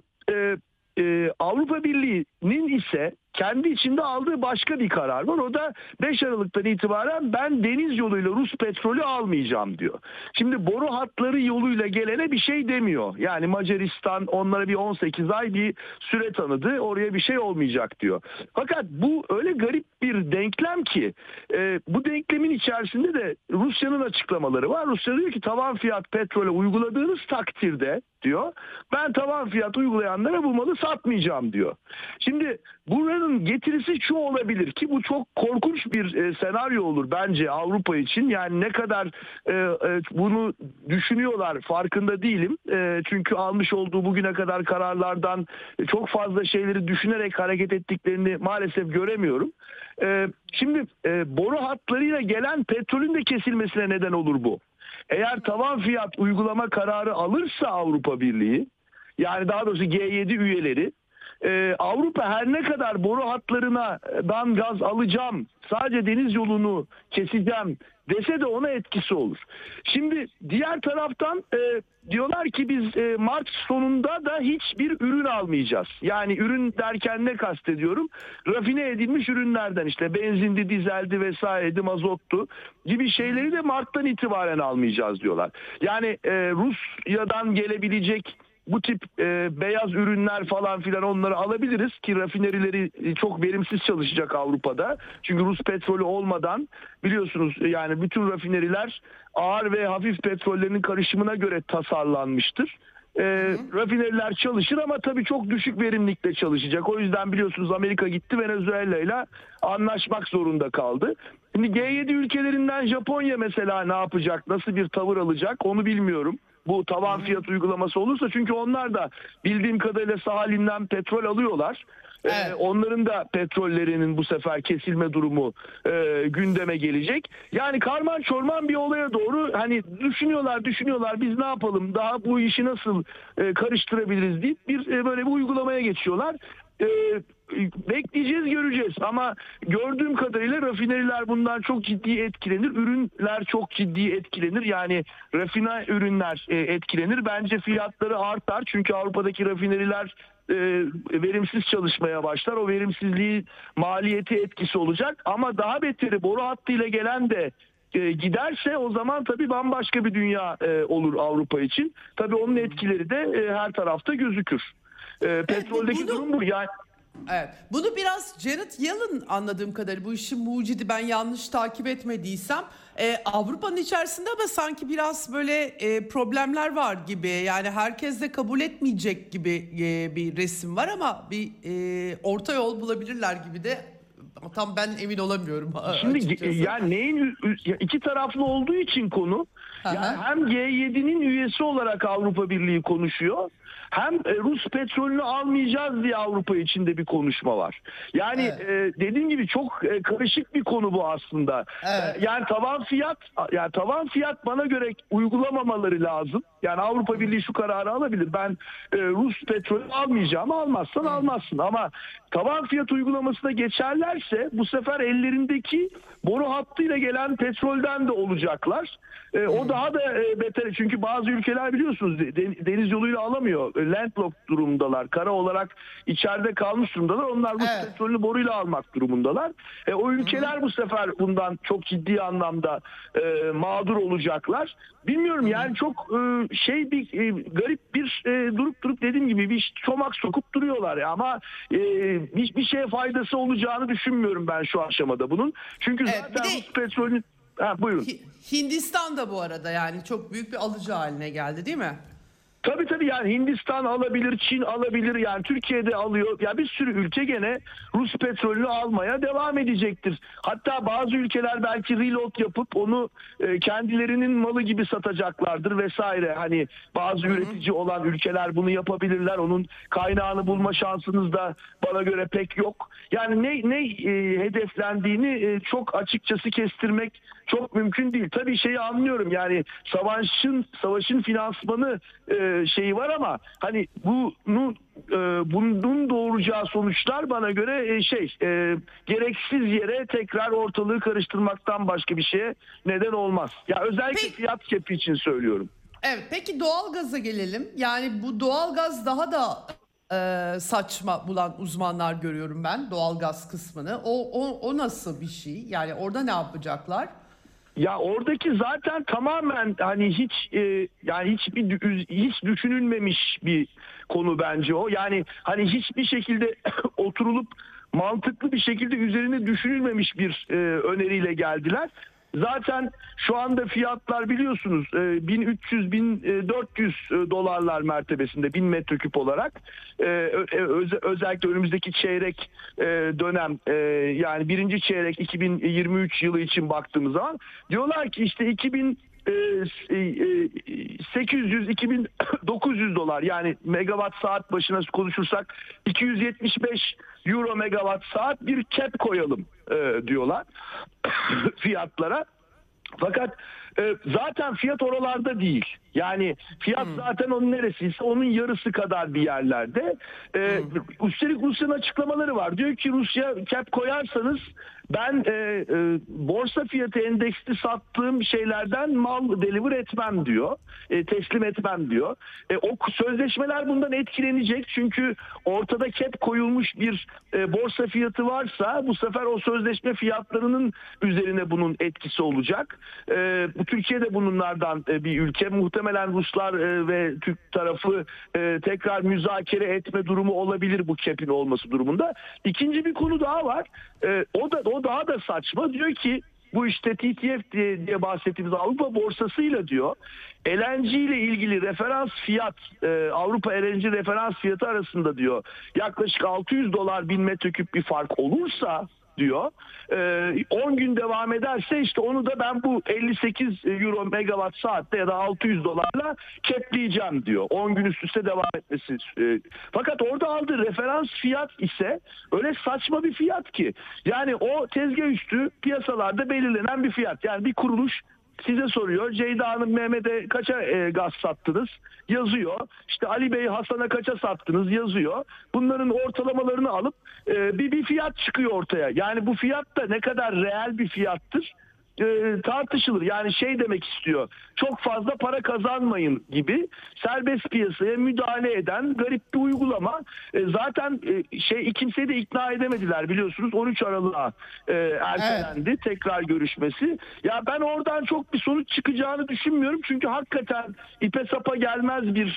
Avrupa Birliği'nin ise kendi içinde aldığı başka bir karar var. O da 5 Aralık'tan itibaren ben deniz yoluyla Rus petrolü almayacağım diyor. Şimdi boru hatları yoluyla gelene bir şey demiyor. Yani Macaristan onlara bir 18 ay bir süre tanıdı. Oraya bir şey olmayacak diyor. Fakat bu öyle garip bir denklem ki bu denklemin içerisinde de Rusya'nın açıklamaları var. Rusya diyor ki tavan fiyat petrole uyguladığınız takdirde diyor, ben tavan fiyat uygulayanlara bu malı satmayacağım diyor. Şimdi buranın getirisi şu olabilir ki, bu çok korkunç bir senaryo olur bence Avrupa için. Yani ne kadar bunu düşünüyorlar farkında değilim. Çünkü almış olduğu bugüne kadar kararlardan çok fazla şeyleri düşünerek hareket ettiklerini maalesef göremiyorum. Şimdi boru hatlarıyla gelen petrolün de kesilmesine neden olur bu. Eğer tavan fiyat uygulama kararı alırsa Avrupa Birliği, yani daha doğrusu G7 üyeleri, Avrupa her ne kadar boru hatlarından gaz alacağım, sadece deniz yolunu keseceğim dese de ona etkisi olur. Şimdi diğer taraftan diyorlar ki biz Mart sonunda da hiçbir ürün almayacağız. Yani ürün derken ne kastediyorum? Rafine edilmiş ürünlerden, işte benzindi, dizeldi vesaireydi, mazottu gibi şeyleri de Mart'tan itibaren almayacağız diyorlar. Yani Rusya'dan gelebilecek bu tip beyaz ürünler falan filan onları alabiliriz ki rafinerileri çok verimsiz çalışacak Avrupa'da. Çünkü Rus petrolü olmadan biliyorsunuz yani bütün rafineriler ağır ve hafif petrollerinin karışımına göre tasarlanmıştır. Rafineriler çalışır ama tabii çok düşük verimlilikle çalışacak. O yüzden biliyorsunuz Amerika gitti Venezuela ile anlaşmak zorunda kaldı. Şimdi G7 ülkelerinden Japonya mesela ne yapacak, nasıl bir tavır alacak onu bilmiyorum. Bu tavan fiyat uygulaması olursa, çünkü onlar da bildiğim kadarıyla sahilinden petrol alıyorlar. Evet. Onların da petrollerinin bu sefer kesilme durumu gündeme gelecek. Yani karman çorman bir olaya doğru hani düşünüyorlar biz ne yapalım, daha bu işi nasıl karıştırabiliriz deyip böyle bir uygulamaya geçiyorlar. Bekleyeceğiz, göreceğiz ama gördüğüm kadarıyla rafineriler bundan çok ciddi etkilenir. Ürünler çok ciddi etkilenir. Yani rafine ürünler etkilenir. Bence fiyatları artar. Çünkü Avrupa'daki rafineriler verimsiz çalışmaya başlar. O verimsizliği maliyeti etkisi olacak. Ama daha beteri boru hattıyla gelen de giderse o zaman tabii bambaşka bir dünya olur Avrupa için. Tabii onun etkileri de her tarafta gözükür. Petroldeki durum bu. Yani Evet. Bunu biraz Janet Yellen anladığım kadarıyla, bu işin mucidi, ben yanlış takip etmediysem Avrupa'nın içerisinde ama sanki biraz böyle problemler var gibi. Yani herkes de kabul etmeyecek gibi bir resim var ama bir orta yol bulabilirler gibi de tam ben emin olamıyorum. Şimdi açıkçası. yani iki taraflı olduğu için konu, yani hem G7'nin üyesi olarak Avrupa Birliği konuşuyor, hem Rus petrolünü almayacağız diye Avrupa içinde bir konuşma var. Yani dediğim gibi çok karışık bir konu bu aslında. Evet. Yani tavan fiyat bana göre uygulamamaları lazım. Yani Avrupa Birliği şu kararı alabilir. Ben Rus petrolü almayacağım. Almazsan almazsın. Ama tavan fiyat uygulamasına geçerlerse bu sefer ellerindeki boru hattıyla gelen petrolden de olacaklar. O daha da beter. Çünkü bazı ülkeler biliyorsunuz deniz yoluyla alamıyor. Landlocked durumdalar. Kara olarak içeride kalmış durumdalar. Onlar Rus petrolünü boruyla almak durumundalar. O ülkeler bu sefer bundan çok ciddi anlamda mağdur olacaklar. Bilmiyorum yani çok garip bir durup dediğim gibi bir çomak sokup duruyorlar ya, ama hiçbir şeye faydası olacağını düşünmüyorum ben şu aşamada bunun. Çünkü zaten Rus petrolünün buyurun. Hindistan da bu arada yani çok büyük bir alıcı haline geldi değil mi? Tabii yani Hindistan alabilir, Çin alabilir, yani Türkiye'de alıyor. Ya bir sürü ülke gene Rus petrolünü almaya devam edecektir. Hatta bazı ülkeler belki reload yapıp onu kendilerinin malı gibi satacaklardır vesaire. Hani bazı üretici olan ülkeler bunu yapabilirler. Onun kaynağını bulma şansınız da bana göre pek yok. Yani ne hedeflendiğini çok açıkçası kestirmek çok mümkün değil. Tabii şeyi anlıyorum, yani savaşın finansmanı şeyi var ama hani bunun doğuracağı sonuçlar bana göre gereksiz yere tekrar ortalığı karıştırmaktan başka bir şeye neden olmaz. Ya özellikle fiyat kepi için söylüyorum. Evet, peki doğalgaza gelelim. Yani bu doğalgaz daha da saçma bulan uzmanlar görüyorum ben, doğalgaz kısmını. O nasıl bir şey? Yani orada ne yapacaklar? Ya oradaki zaten tamamen hani hiç düşünülmemiş bir konu bence o. Yani hani hiçbir şekilde oturulup mantıklı bir şekilde üzerine düşünülmemiş bir öneriyle geldiler. Zaten şu anda fiyatlar biliyorsunuz 1300-1400 dolarlar mertebesinde 1000 metreküp olarak. Özellikle önümüzdeki çeyrek dönem, yani birinci çeyrek 2023 yılı için baktığımız zaman diyorlar ki işte 2800-2900 dolar, yani megawatt saat başına konuşursak 275 euro megawatt saat bir cap koyalım diyorlar fiyatlara. Fakat zaten fiyat oralarda değil. Yani fiyat zaten onun neresiyse onun yarısı kadar bir yerlerde. Üstelik Rusya'nın açıklamaları var. Diyor ki Rusya cap koyarsanız ben borsa fiyatı endeksli sattığım şeylerden mal deliver etmem diyor. Teslim etmem diyor. O sözleşmeler bundan etkilenecek. Çünkü ortada cap koyulmuş bir borsa fiyatı varsa bu sefer o sözleşme fiyatlarının üzerine bunun etkisi olacak. Bu Türkiye de bunlardan bir ülke. Muhtemelen Ruslar ve Türk tarafı tekrar müzakere etme durumu olabilir bu cap'in olması durumunda. İkinci bir konu daha var. O daha da saçma. Diyor ki bu işte TTF diye bahsettiğimiz Avrupa borsasıyla diyor LNG ile ilgili referans fiyat Avrupa LNG referans fiyatı arasında diyor yaklaşık $600 bin metreküp bir fark olursa diyor 10 gün devam ederse işte onu da ben bu 58 euro megawatt saatte ya da $600'la capleyeceğim diyor. 10 gün üst üste devam etmesi. Fakat orada aldığı referans fiyat ise öyle saçma bir fiyat ki. Yani o tezgah üstü piyasalarda belirlenen bir fiyat. Yani bir kuruluş size soruyor. Ceyda Hanım Mehmet'e kaça gaz sattınız? Yazıyor. İşte Ali Bey Hasan'a kaça sattınız? Yazıyor. Bunların ortalamalarını alıp bir fiyat çıkıyor ortaya. Yani bu fiyat da ne kadar reel bir fiyattır tartışılır. Yani şey demek istiyor. Çok fazla para kazanmayın gibi serbest piyasaya müdahale eden garip bir uygulama. Zaten kimseyi de ikna edemediler biliyorsunuz. 13 Aralık'a ertelendi tekrar görüşmesi. Ya ben oradan çok bir sonuç çıkacağını düşünmüyorum. Çünkü hakikaten ipe sapa gelmez bir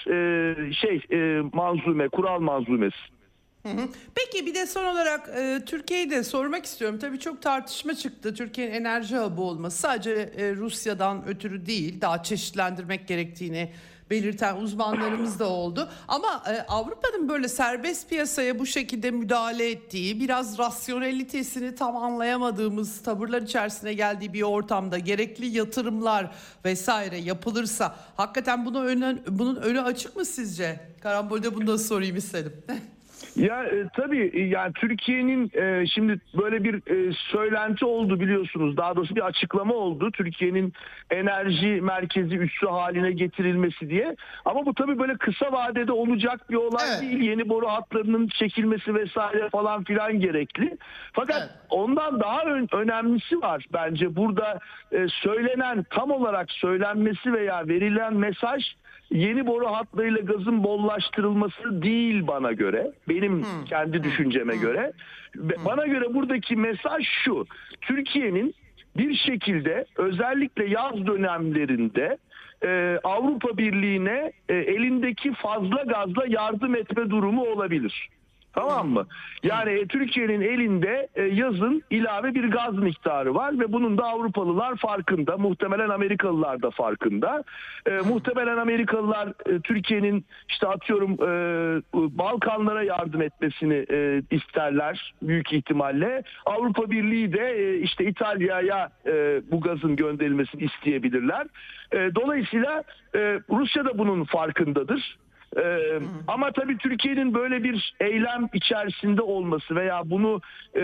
manzume, kural manzumesi. Peki bir de son olarak Türkiye'yi de sormak istiyorum. Tabii çok tartışma çıktı. Türkiye'nin enerji hub'ı olması sadece Rusya'dan ötürü değil, daha çeşitlendirmek gerektiğini belirten uzmanlarımız da oldu. Ama Avrupa'nın böyle serbest piyasaya bu şekilde müdahale ettiği, biraz rasyonelitesini tam anlayamadığımız tavırlar içerisine geldiği bir ortamda gerekli yatırımlar vesaire yapılırsa hakikaten bunun önü açık mı sizce? Karambol'de bunu da sorayım istedim. Ya tabii yani Türkiye'nin şimdi böyle bir söylenti oldu biliyorsunuz. Daha doğrusu bir açıklama oldu. Türkiye'nin enerji merkezi üssü haline getirilmesi diye. Ama bu tabii böyle kısa vadede olacak bir olay değil. Yeni boru hatlarının çekilmesi vesaire falan filan gerekli. Fakat ondan daha önemlisi var bence. Burada söylenen, tam olarak söylenmesi veya verilen mesaj yeni boru hatlarıyla gazın bollaştırılması değil bana göre. Benim kendi düşünceme göre. Bana göre buradaki mesaj şu. Türkiye'nin bir şekilde özellikle yaz dönemlerinde Avrupa Birliği'ne elindeki fazla gazla yardım etme durumu olabilir. Tamam mı? Yani Türkiye'nin elinde yazın ilave bir gaz miktarı var ve bunun da Avrupalılar farkında. Muhtemelen Amerikalılar da farkında. Muhtemelen Amerikalılar Türkiye'nin işte atıyorum Balkanlara yardım etmesini isterler büyük ihtimalle. Avrupa Birliği de işte İtalya'ya bu gazın gönderilmesini isteyebilirler. Dolayısıyla Rusya da bunun farkındadır. Ama tabii Türkiye'nin böyle bir eylem içerisinde olması veya bunu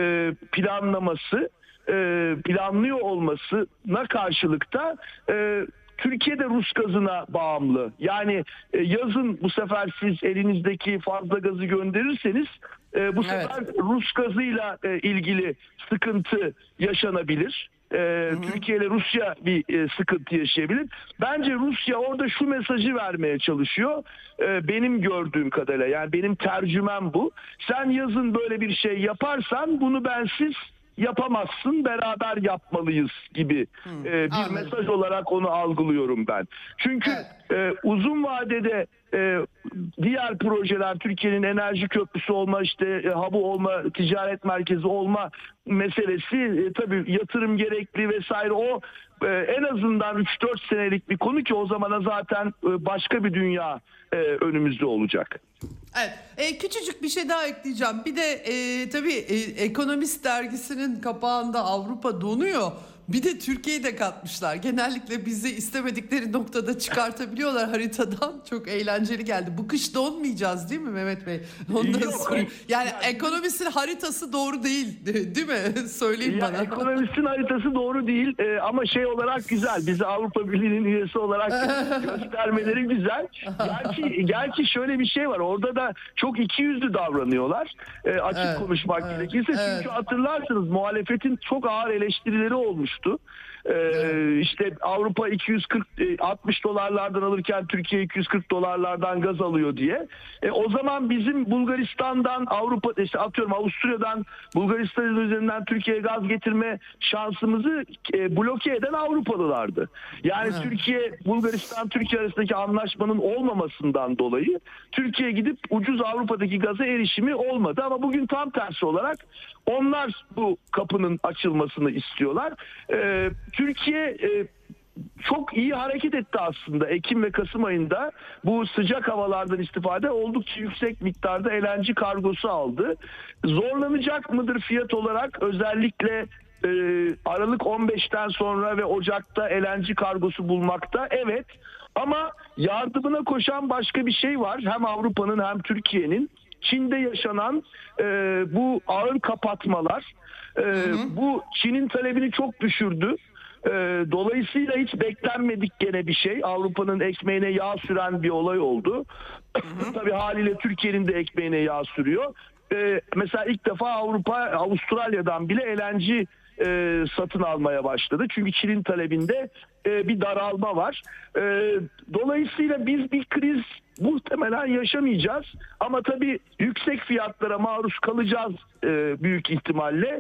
planlıyor olmasına karşılıkta Türkiye'de Rus gazına bağımlı. Yani yazın bu sefer siz elinizdeki fazla gazı gönderirseniz bu sefer Rus gazıyla ilgili sıkıntı yaşanabilir. Türkiye ile Rusya bir sıkıntı yaşayabilir. Bence Rusya orada şu mesajı vermeye çalışıyor. Benim gördüğüm kadarıyla, yani benim tercümem bu. Sen yazın böyle bir şey yaparsan bunu bensiz yapamazsın, beraber yapmalıyız gibi bir mesaj olarak onu algılıyorum ben. Çünkü uzun vadede diğer projeler, Türkiye'nin enerji köprüsü olma, işte hub'ı olma, ticaret merkezi olma meselesi tabii yatırım gerekli vesaire, o en azından 3-4 senelik bir konu ki o zamana zaten başka bir dünya önümüzde olacak. Evet, küçücük bir şey daha ekleyeceğim. Bir de tabii Ekonomist dergisinin kapağında Avrupa donuyor. Bir de Türkiye'yi de katmışlar. Genellikle bizi istemedikleri noktada çıkartabiliyorlar haritadan. Çok eğlenceli geldi. Bu kış donmayacağız değil mi Mehmet Bey? Ondan sonra. Yani Ekonomist'in haritası doğru değil, değil mi? Söyleyin bana. Ekonomist'in haritası doğru değil ama şey olarak güzel. Bizi Avrupa Birliği'nin üyesi olarak göstermeleri güzel. Gerçi şöyle bir şey var. Orada da çok ikiyüzlü davranıyorlar. Açık konuşmak gerekirse. Çünkü hatırlarsınız muhalefetin çok ağır eleştirileri olmuş konuştu. İşte Avrupa 60 dolarlardan alırken Türkiye 240 dolarlardan gaz alıyor diye. O zaman bizim Bulgaristan'dan Avusturya'dan Bulgaristan üzerinden Türkiye'ye gaz getirme şansımızı bloke eden Avrupalılardı. Yani Türkiye Bulgaristan-Türkiye arasındaki anlaşmanın olmamasından dolayı Türkiye gidip ucuz Avrupa'daki gaza erişimi olmadı, ama bugün tam tersi olarak onlar bu kapının açılmasını istiyorlar. Türkiye çok iyi hareket etti aslında. Ekim ve Kasım ayında bu sıcak havalardan istifade oldukça yüksek miktarda LNG kargosu aldı. Zorlanacak mıdır fiyat olarak? Özellikle Aralık 15'ten sonra ve Ocak'ta LNG kargosu bulmakta, evet. Ama yardımına koşan başka bir şey var. Hem Avrupa'nın hem Türkiye'nin. Çin'de yaşanan bu ağır kapatmalar bu Çin'in talebini çok düşürdü. Dolayısıyla hiç beklenmedik gene bir şey. Avrupa'nın ekmeğine yağ süren bir olay oldu. Tabii haliyle Türkiye'nin de ekmeğine yağ sürüyor. Mesela ilk defa Avrupa Avustralya'dan bile LNG satın almaya başladı. Çünkü Çin'in talebinde bir daralma var. Dolayısıyla biz bir kriz muhtemelen yaşamayacağız. Ama tabii yüksek fiyatlara maruz kalacağız büyük ihtimalle.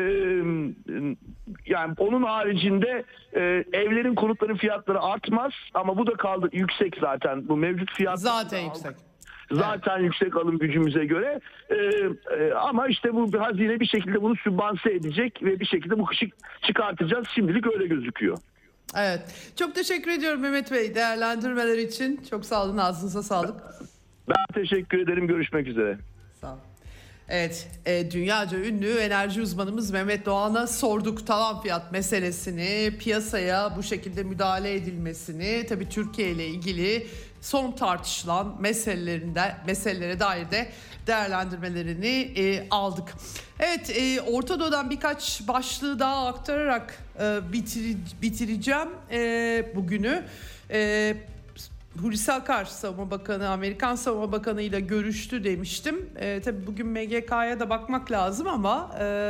Yani onun haricinde evlerin, konutların fiyatları artmaz. Ama bu da kaldı yüksek zaten. Bu mevcut fiyat zaten yüksek. Zaten yüksek alım gücümüze göre, ama işte bu hazine bir şekilde bunu sübvanse edecek ve bir şekilde bu kışı çıkartacağız. Şimdilik öyle gözüküyor. Evet. Çok teşekkür ediyorum Mehmet Bey değerlendirmeler için. Çok sağ olun. Ağzınıza sağlık. Ben teşekkür ederim. Görüşmek üzere. Sağ olun. Evet, dünyaca ünlü enerji uzmanımız Mehmet Doğan'a sorduk tavan fiyat meselesini, piyasaya bu şekilde müdahale edilmesini, tabii Türkiye ile ilgili son tartışılan meselelere dair de değerlendirmelerini aldık. Evet, Orta Doğu'dan birkaç başlığı daha aktararak bitireceğim bugünü. Hulusi Akar Savunma Bakanı, Amerikan Savunma Bakanı ile görüştü demiştim. Tabii bugün MGK'ya da bakmak lazım ama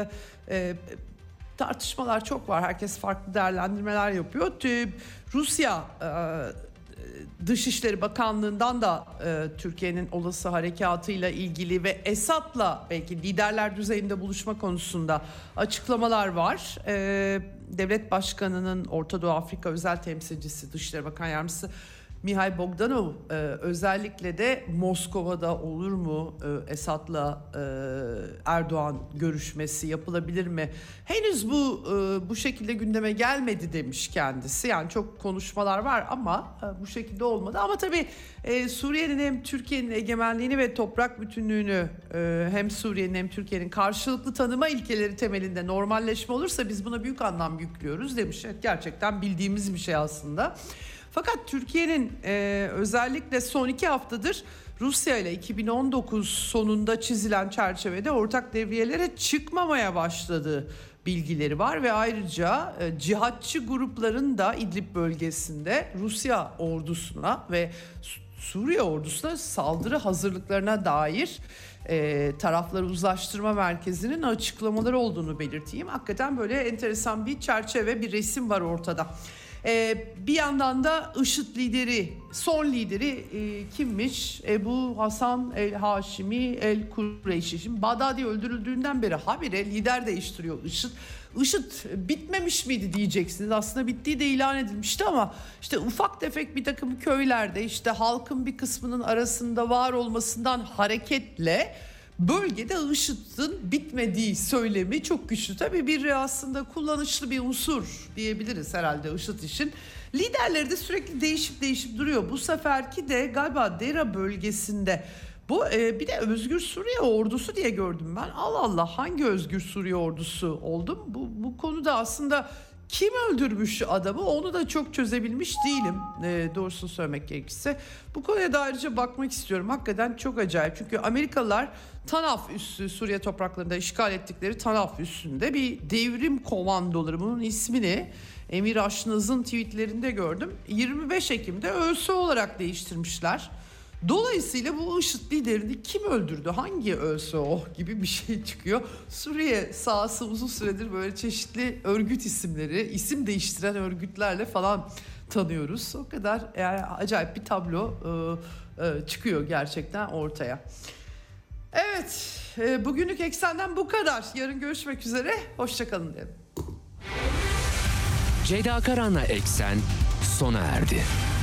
tartışmalar çok var. Herkes farklı değerlendirmeler yapıyor. Rusya Dışişleri Bakanlığı'ndan da Türkiye'nin olası harekatıyla ilgili ve Esad'la belki liderler düzeyinde buluşma konusunda açıklamalar var. Devlet Başkanı'nın Orta Doğu Afrika özel temsilcisi, Dışişleri Bakan Yardımcısı Mihail Bogdanov özellikle de Moskova'da olur mu Esad'la Erdoğan görüşmesi yapılabilir mi? Henüz bu şekilde gündeme gelmedi demiş kendisi. Yani çok konuşmalar var ama bu şekilde olmadı. Ama tabii Suriye'nin hem Türkiye'nin egemenliğini ve toprak bütünlüğünü hem Suriye'nin hem Türkiye'nin karşılıklı tanıma ilkeleri temelinde normalleşme olursa biz buna büyük anlam yüklüyoruz demiş. Evet, gerçekten bildiğimiz bir şey aslında. Fakat Türkiye'nin özellikle son 2 haftadır Rusya ile 2019 sonunda çizilen çerçevede ortak devriyelere çıkmamaya başladığı bilgileri var ve ayrıca cihatçı grupların da İdlib bölgesinde Rusya ordusuna ve Suriye ordusuna saldırı hazırlıklarına dair tarafları uzlaştırma merkezinin açıklamaları olduğunu belirteyim. Hakikaten böyle enteresan bir çerçeve, bir resim var ortada. Bir yandan da IŞİD lideri, son lideri kimmiş? Ebu Hasan el-Haşimi el-Kureyşi. Şimdi Bağdadi öldürüldüğünden beri habire lider değiştiriyor IŞİD. IŞİD bitmemiş miydi diyeceksiniz. Aslında bittiği de ilan edilmişti ama işte ufak tefek bir takım köylerde işte halkın bir kısmının arasında var olmasından hareketle bölgede IŞİD'in bitmediği söylemi çok güçlü. Tabii bir aslında kullanışlı bir unsur diyebiliriz herhalde IŞİD için. Liderleri de sürekli değişip duruyor. Bu seferki de galiba Dera bölgesinde. Bu bir de Özgür Suriye Ordusu diye gördüm ben. Allah Allah, hangi Özgür Suriye Ordusu oldum? Bu konuda aslında kim öldürmüş adamı onu da çok çözebilmiş değilim doğrusunu söylemek gerekirse. Bu konuya da ayrıca bakmak istiyorum. Hakikaten çok acayip. Çünkü Amerikalılar Tanaf üssü, Suriye topraklarında işgal ettikleri Tanaf üssünde bir devrim komandoları, bunun ismini Emir Aşnaz'ın tweetlerinde gördüm. 25 Ekim'de ÖSO olarak değiştirmişler. Dolayısıyla bu IŞİD liderini kim öldürdü? Hangi ölse o gibi bir şey çıkıyor. Suriye sahası uzun süredir böyle çeşitli örgüt isimleri, isim değiştiren örgütlerle falan tanıyoruz. O kadar yani acayip bir tablo çıkıyor gerçekten ortaya. Evet, bugünlük Eksen'den bu kadar. Yarın görüşmek üzere. Hoşçakalın diyelim. Ceyda Karan'la Eksen sona erdi.